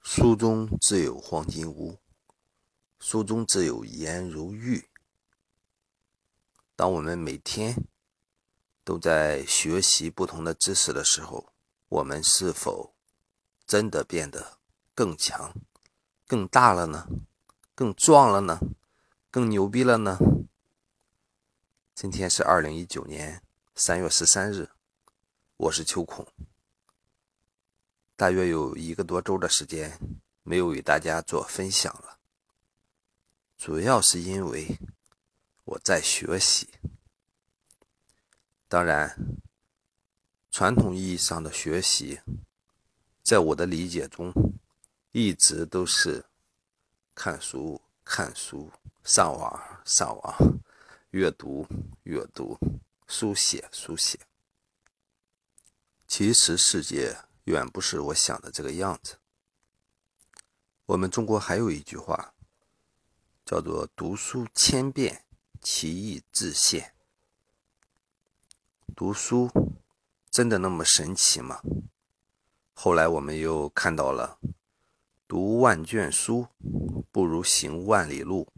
书中自有黄金屋，书中自有颜如玉。当我们每天都在学习不同的知识的时候，我们是否真的变得更强、更大了呢？更壮了呢？更牛逼了呢？今天是2019年3月13日，我是秋孔。大约有1个多周的时间没有与大家做分享了，主要是因为我在学习。当然，传统意义上的学习，在我的理解中，一直都是看书、看书，上网、上网，阅读、阅读，书写、书写。其实世界远不是我想的这个样子。我们中国还有一句话，叫做读书千遍，其义自现。读书真的那么神奇吗？后来我们又看到了读万卷书不如行万里路，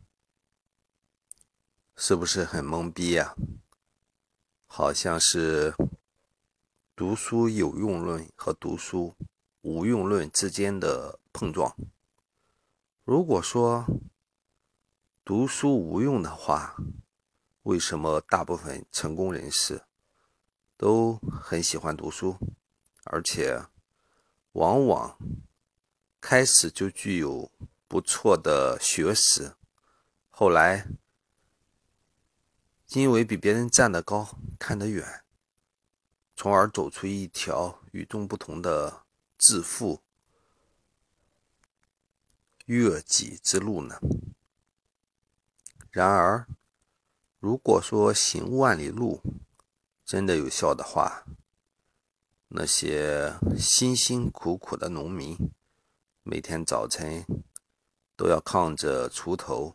是不是很懵逼呀？好像是读书有用论和读书无用论之间的碰撞。如果说读书无用的话，为什么大部分成功人士都很喜欢读书，而且往往开始就具有不错的学识，后来因为比别人站得高，看得远，从而走出一条与众不同的致富悦己之路呢？然而，如果说行万里路真的有效的话，那些辛辛苦苦的农民，每天早晨都要扛着锄头，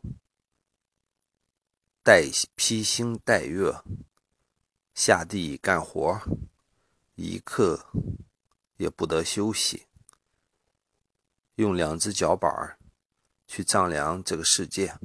披星戴月下地干活，一刻也不得休息，用2只脚板去丈量这个世界。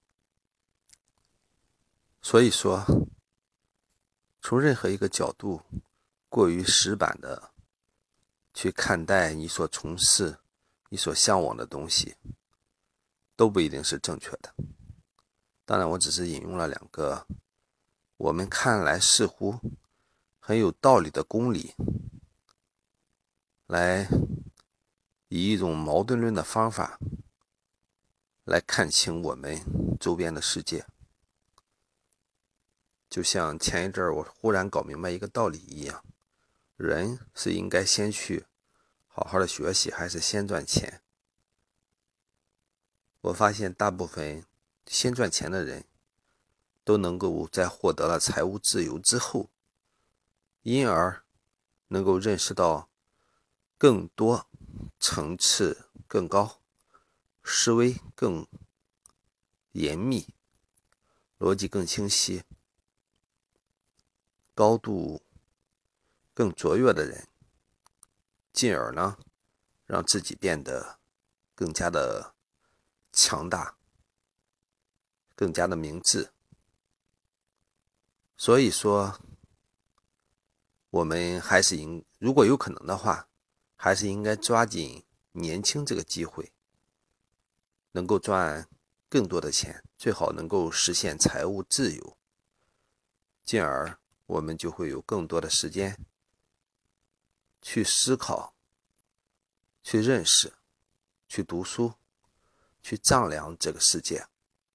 所以说，从任何一个角度过于死板的去看待你所从事、你所向往的东西，都不一定是正确的。当然，我只是引用了2个我们看来似乎很有道理的公理，来以一种矛盾论的方法来看清我们周边的世界。就像前一阵我忽然搞明白一个道理一样，人是应该先去好好的学习，还是先赚钱？我发现大部分先赚钱的人都能够在获得了财务自由之后，因而能够认识到更多层次更高、思维更严密、逻辑更清晰、高度更卓越的人，进而呢，让自己变得更加的强大，更加的明智。所以说，我们还是如果有可能的话，还是应该抓紧年轻这个机会，能够赚更多的钱，最好能够实现财务自由，进而我们就会有更多的时间去思考、去认识、去读书、去丈量这个世界。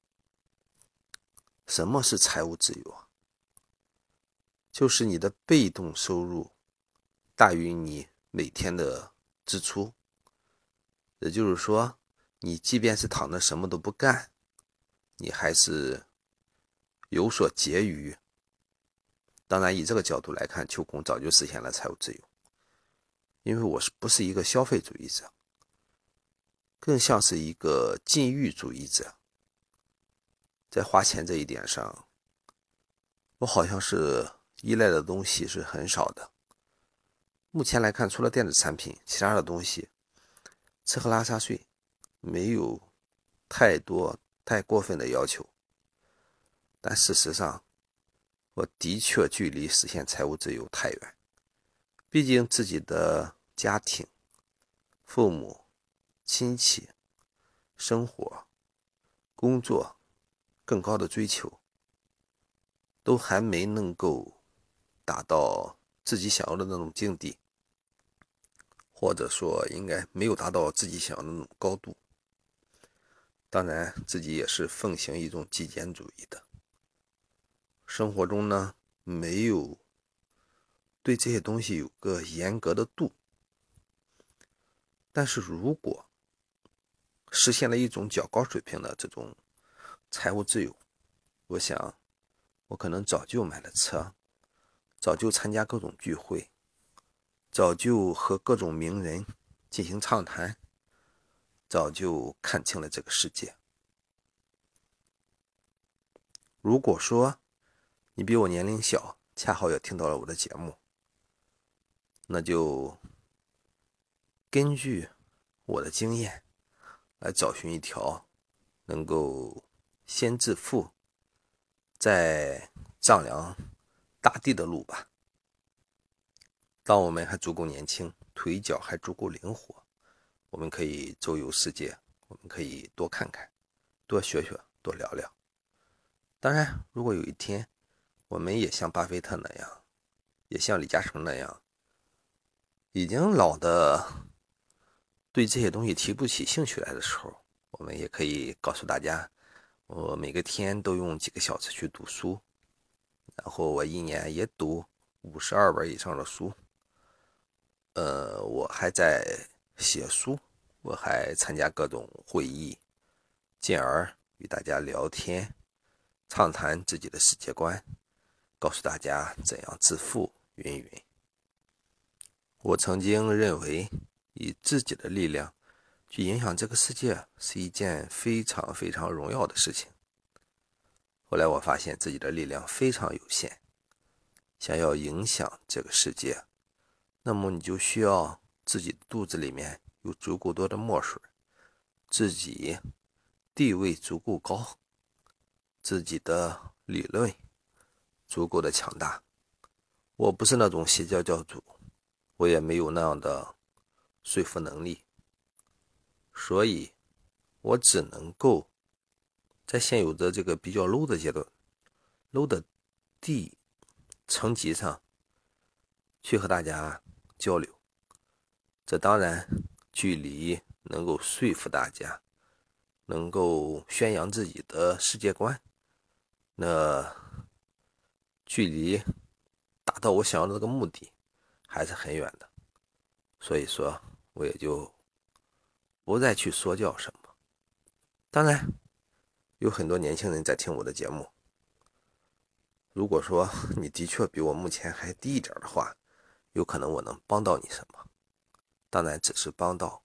什么是财务自由啊？就是你的被动收入大于你每天的支出，也就是说，你即便是躺着什么都不干，你还是有所结余。当然，以这个角度来看，秋孔早就实现了财务自由，因为我不是一个消费主义者，更像是一个禁欲主义者。在花钱这一点上，我好像是依赖的东西是很少的。目前来看，除了电子产品，其他的东西吃喝拉撒睡没有太过分的要求，但事实上，我的确距离实现财务自由太远。毕竟自己的家庭、父母、亲戚、生活、工作、更高的追求，都还没能够达到自己想要的那种境地，或者说应该没有达到自己想要的那种高度。当然，自己也是奉行一种极简主义的。生活中呢，没有对这些东西有个严格的度。但是如果实现了一种较高水平的这种财务自由，我想我可能早就买了车，早就参加各种聚会，早就和各种名人进行畅谈，早就看清了这个世界。如果说你比我年龄小，恰好也听到了我的节目，那就根据我的经验来找寻一条能够先致富再丈量大地的路吧。当我们还足够年轻，腿脚还足够灵活，我们可以周游世界，我们可以多看看，多学学，多聊聊。当然，如果有一天我们也像巴菲特那样，也像李嘉诚那样，已经老的对这些东西提不起兴趣来的时候，我们也可以告诉大家，我每个天都用几个小时去读书，然后我一年也读52本以上的书。我还在写书，我还参加各种会议，进而与大家聊天，畅谈自己的世界观，告诉大家怎样致富，云云。我曾经认为，以自己的力量去影响这个世界是一件非常非常荣耀的事情。后来我发现自己的力量非常有限，想要影响这个世界，那么你就需要自己的肚子里面有足够多的墨水，自己地位足够高，自己的理论足够的强大。我不是那种邪教教主，我也没有那样的说服能力，所以我只能够在现有的这个比较 low 的阶段 low 的地层级上去和大家交流。这当然距离能够说服大家，能够宣扬自己的世界观，那距离达到我想要的这个目的还是很远的。所以说我也就不再去说教什么。当然有很多年轻人在听我的节目，如果说你的确比我目前还低一点的话，有可能我能帮到你什么，当然只是帮到，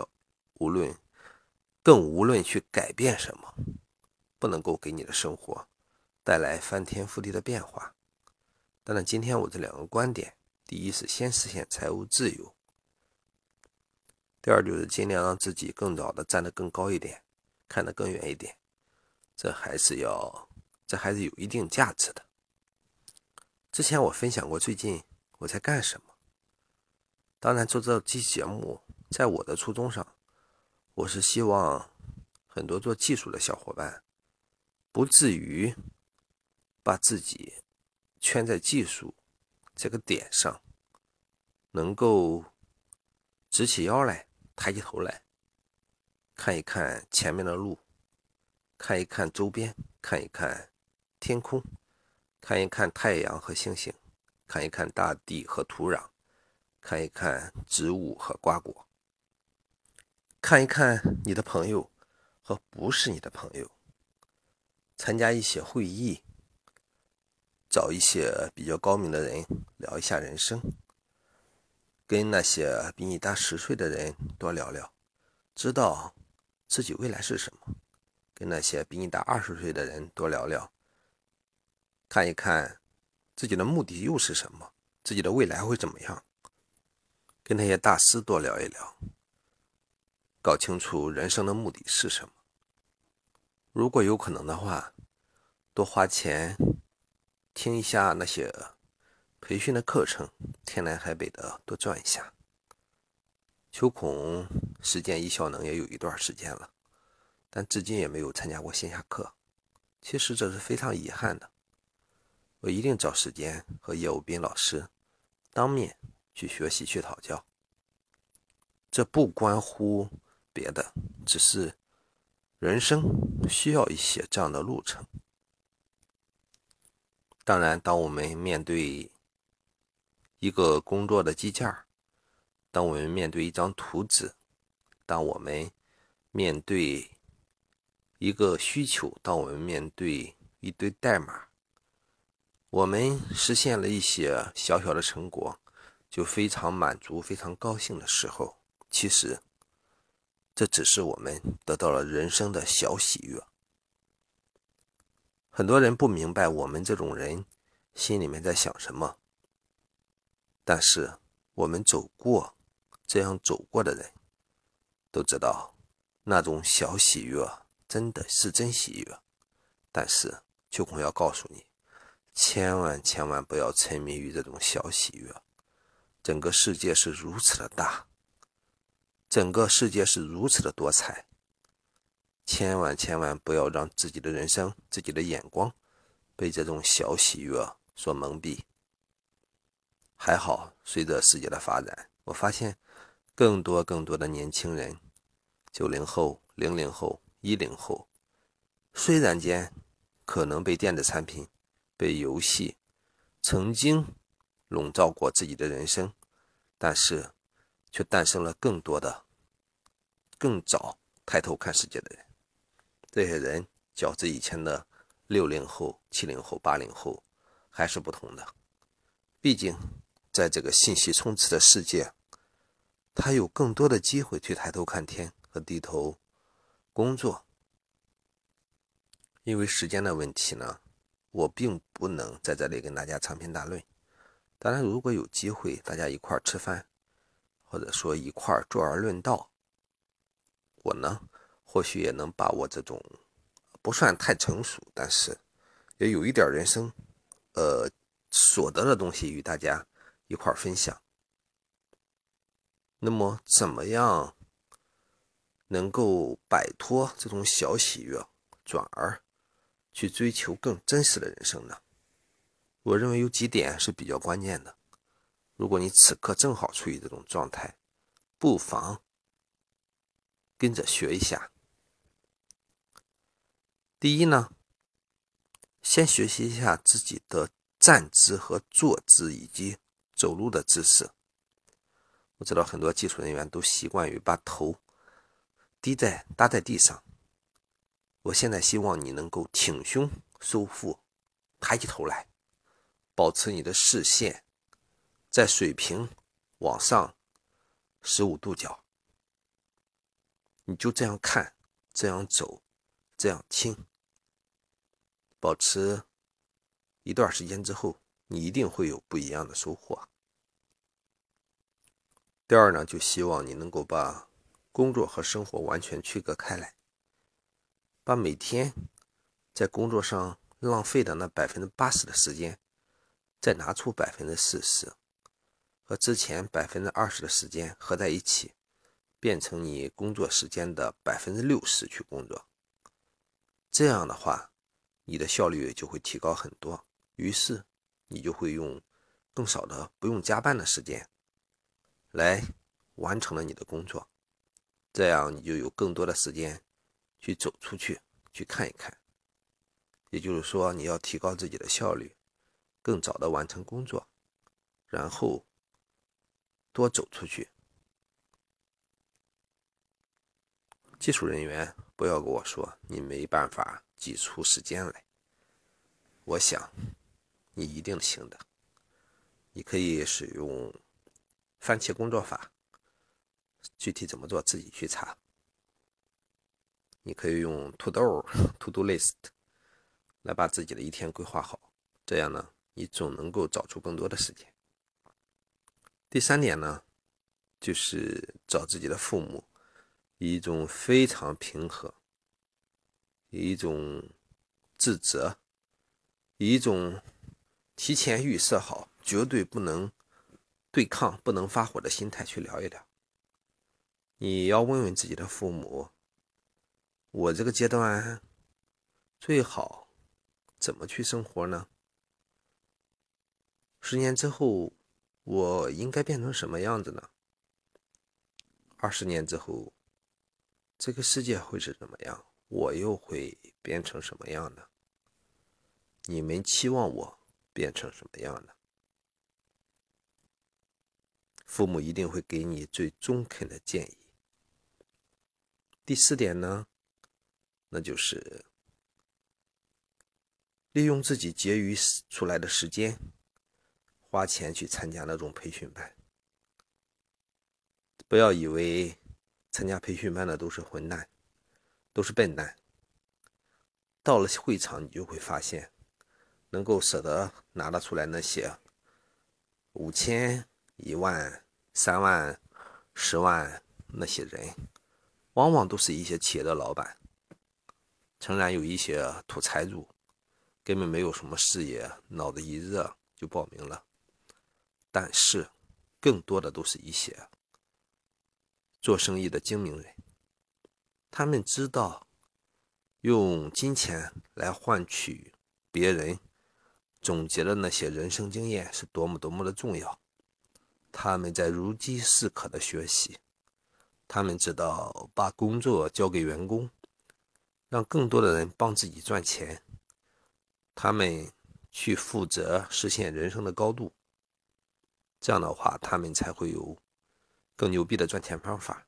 无论去改变什么，不能够给你的生活带来翻天覆地的变化。当然今天我这两个观点，第一是先实现财务自由，第二就是尽量让自己更早的站得更高一点，看得更远一点，这还是有一定价值的。之前我分享过最近我在干什么，当然做这期节目在我的初衷上，我是希望很多做技术的小伙伴不至于把自己圈在技术这个点上，能够直起腰来，抬起头来，看一看前面的路，看一看周边，看一看天空，看一看太阳和星星，看一看大地和土壤，看一看植物和瓜果，看一看你的朋友和不是你的朋友，参加一些会议，找一些比较高明的人聊一下人生，跟那些比你大10岁的人多聊聊，知道自己未来是什么，跟那些比你大20岁的人多聊聊，看一看自己的目的又是什么，自己的未来会怎么样，跟那些大师多聊一聊， 搞清楚人生的目的是什么。如果有可能的话，多花钱听一下那些培训的课程，天南海北的多转一下。秋孔实践易效能也有一段时间了，但至今也没有参加过线下课。其实这是非常遗憾的，我一定找时间和叶武斌老师当面去学习去讨教。这不关乎别的，只是人生需要一些这样的路程。当然，当我们面对一个工作的机件，当我们面对一张图纸，当我们面对一个需求，当我们面对一堆代码，我们实现了一些小小的成果，就非常满足非常高兴的时候，其实这只是我们得到了人生的小喜悦。很多人不明白我们这种人心里面在想什么，但是我们这样走过的人都知道，那种小喜悦真的是真喜悦。但是秋孔要告诉你，千万不要沉迷于这种小喜悦。整个世界是如此的大，整个世界是如此的多彩，千万不要让自己的人生、自己的眼光被这种小喜悦所蒙蔽。还好，随着世界的发展，我发现更多的年轻人，90后、00后、10后，虽然间可能被电子产品、被游戏曾经笼罩过自己的人生，但是却诞生了更多的更早抬头看世界的人。这些人较之以前的60后、70后、80后还是不同的。毕竟在这个信息充斥的世界，他有更多的机会去抬头看天和低头工作。因为时间的问题呢，我并不能在这里跟大家长篇大论。当然，如果有机会大家一块吃饭，或者说一块坐而论道，我呢或许也能把我这种不算太成熟，但是也有一点人生所得的东西与大家一块分享。那么怎么样能够摆脱这种小喜悦，转而去追求更真实的人生呢？我认为有几点是比较关键的。如果你此刻正好处于这种状态，不妨跟着学一下。第一呢，先学习一下自己的站姿和坐姿以及走路的姿势。我知道很多技术人员都习惯于把头搭在地上，我现在希望你能够挺胸收腹，抬起头来，保持你的视线在水平往上15度角，你就这样看，这样走，这样听，保持一段时间之后，你一定会有不一样的收获。第二呢，就希望你能够把工作和生活完全区隔开来，把每天在工作上浪费的那80%的时间，再拿出40%，和之前20%的时间合在一起，变成你工作时间的60%去工作。这样的话，你的效率就会提高很多，于是你就会用更少的不用加班的时间来完成了你的工作，这样你就有更多的时间去走出去，去看一看。也就是说，你要提高自己的效率，更早的完成工作，然后多走出去。技术人员不要跟我说你没办法挤出时间来，我想你一定行的。你可以使用番茄工作法，具体怎么做自己去查。你可以用土豆 To Do List 来把自己的一天规划好，这样呢，你总能够找出更多的时间。第三点呢，就是找自己的父母， 以一种非常平和，以一种自责，以一种提前预设好绝对不能对抗、不能发火的心态去聊一聊。你要问问自己的父母，我这个阶段最好怎么去生活呢？10年之后我应该变成什么样子呢？20年之后这个世界会是怎么样？我又会变成什么样呢？你们期望我变成什么样呢？父母一定会给你最中肯的建议。第4点呢，那就是利用自己结余出来的时间，花钱去参加那种培训班。不要以为参加培训班的都是混蛋，都是笨蛋。到了会场，你就会发现，能够舍得拿得出来那些5000、1万、3万、10万那些人，往往都是一些企业的老板。诚然有一些土财主根本没有什么事业，脑子一热就报名了，但是更多的都是一些做生意的精明人，他们知道用金钱来换取别人总结的那些人生经验是多么多么的重要。他们在如饥似渴的学习，他们知道把工作交给员工，让更多的人帮自己赚钱，他们去负责实现人生的高度。这样的话，他们才会有更牛逼的赚钱方法。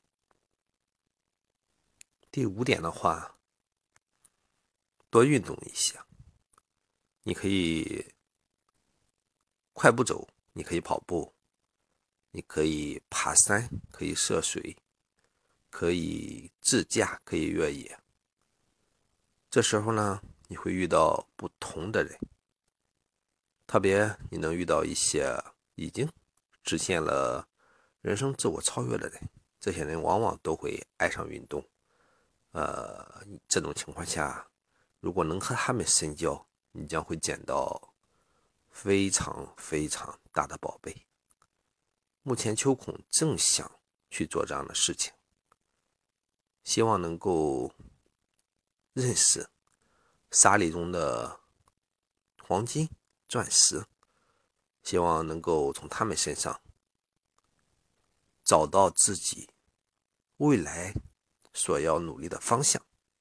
第5点的话，多运动一些。你可以快步走，你可以跑步，你可以爬山，可以涉水，可以自驾，可以越野。这时候呢，你会遇到不同的人，特别你能遇到一些已经实现了人生自我超越的人，这些人往往都会爱上运动。这种情况下，如果能和他们深交，你将会捡到非常非常大的宝贝。目前秋孔正想去做这样的事情，希望能够认识沙粒中的黄金、钻石，希望能够从他们身上找到自己未来所要努力的方向。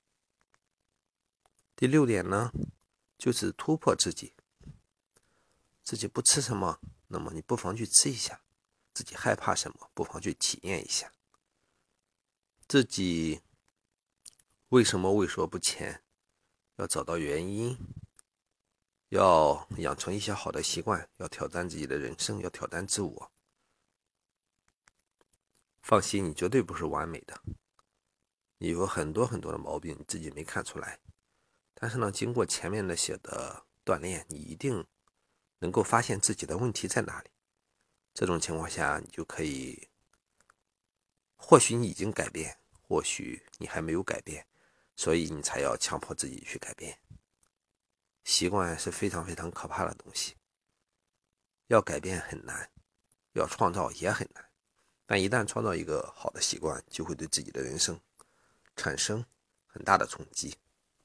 第6点呢，就是突破自己。自己不吃什么，那么你不妨去吃一下；自己害怕什么，不妨去体验一下。自己为什么畏缩不前，要找到原因，要养成一些好的习惯，要挑战自己的人生，要挑战自我。放心，你绝对不是完美的，你有很多很多的毛病，你自己没看出来。但是呢，经过前面那些的锻炼，你一定能够发现自己的问题在哪里。这种情况下，你就可以，或许你已经改变，或许你还没有改变，所以你才要强迫自己去改变。习惯是非常非常可怕的东西，要改变很难，要创造也很难。但一旦创造一个好的习惯，就会对自己的人生产生很大的冲击。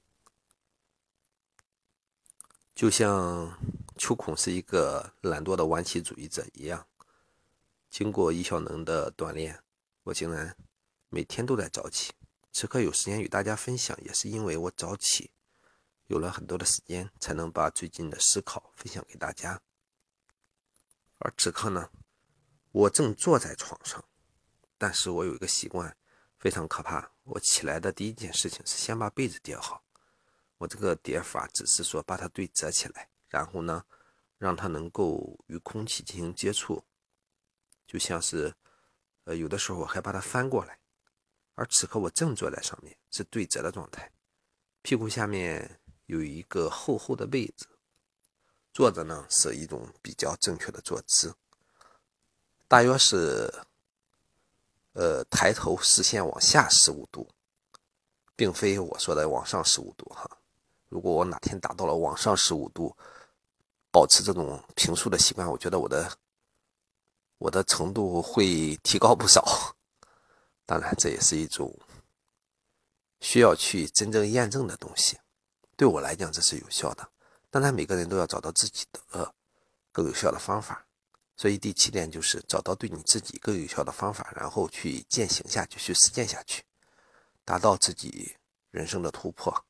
就像秋孔是一个懒惰的晚起主义者一样，经过易效能的锻炼，我竟然每天都在早起。此刻有时间与大家分享，也是因为我早起有了很多的时间，才能把最近的思考分享给大家。而此刻呢，我正坐在床上，但是我有一个习惯非常可怕，我起来的第一件事情是先把被子叠好。我这个叠法只是说把它对折起来，然后呢，让它能够与空气进行接触，就像是有的时候我还把它翻过来。而此刻我正坐在上面，是对折的状态，屁股下面有一个厚厚的被子，坐着呢是一种比较正确的坐姿，大约是抬头视线往下15度，并非我说的往上15度哈。如果我哪天达到了往上15度，保持这种平述的习惯，我觉得我的程度会提高不少。当然，这也是一种需要去真正验证的东西。对我来讲，这是有效的。当然，每个人都要找到自己的更有效的方法。所以第7点就是找到对你自己更有效的方法，然后去践行下去，去实践下去，达到自己人生的突破。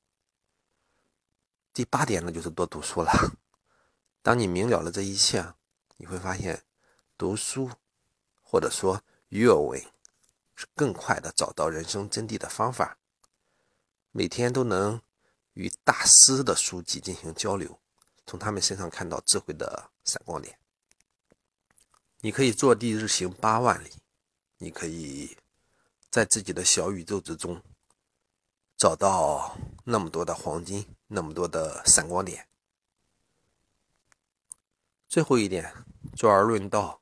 第8点呢，就是多读书了。当你明了了这一切，你会发现读书或者说阅文是更快的找到人生真谛的方法。每天都能与大师的书籍进行交流，从他们身上看到智慧的闪光点。你可以坐地日行8万里，你可以在自己的小宇宙之中找到那么多的黄金，那么多的闪光点。最后一点，坐而论道，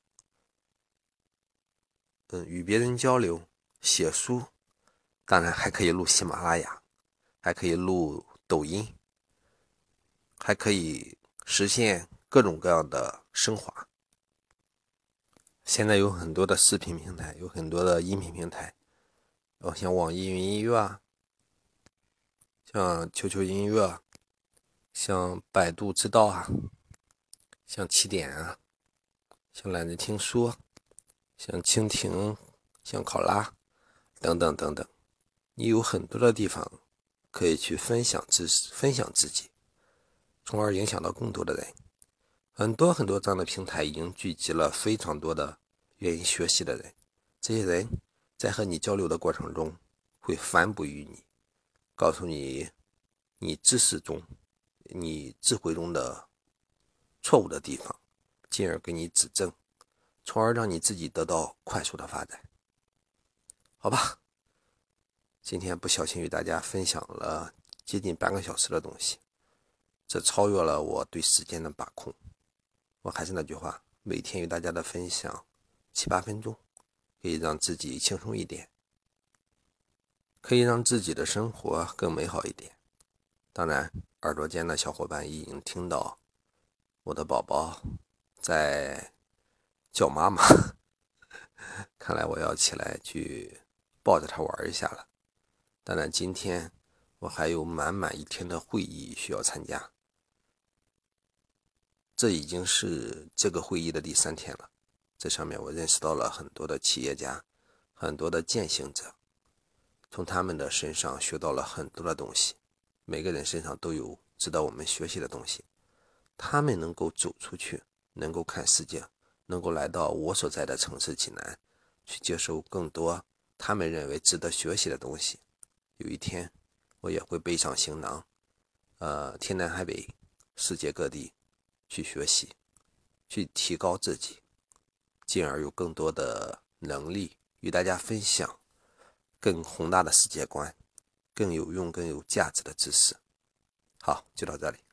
与别人交流，写书，当然还可以录喜马拉雅，还可以录抖音，还可以实现各种各样的升华。现在有很多的视频平台，有很多的音频平台，像网易云音乐啊，像 QQ 音乐啊，像百度知道啊，像起点啊，像懒人听书，像蜻蜓，像考拉等等等等。你有很多的地方可以去分享知识，分享自己，从而影响到更多的人。很多这样的平台已经聚集了非常多的愿意学习的人，这些人在和你交流的过程中会反哺于你，告诉你你知识中、你智慧中的错误的地方，进而给你指正，从而让你自己得到快速的发展。好吧，今天不小心与大家分享了接近半个小时的东西，这超越了我对时间的把控。我还是那句话，每天与大家的分享7、8分钟，可以让自己轻松一点，可以让自己的生活更美好一点。当然，耳朵间的小伙伴已经听到我的宝宝在叫妈妈，看来我要起来去抱着他玩一下了。当然，今天我还有满满一天的会议需要参加，这已经是这个会议的第3天了。这上面我认识到了很多的企业家，很多的践行者，从他们的身上学到了很多的东西。每个人身上都有值得我们学习的东西。他们能够走出去，能够看世界，能够来到我所在的城市济南，去接受更多他们认为值得学习的东西。有一天，我也会背上行囊，天南海北，世界各地去学习，去提高自己，进而有更多的能力与大家分享更宏大的世界观，更有用、更有价值的知识。好，就到这里。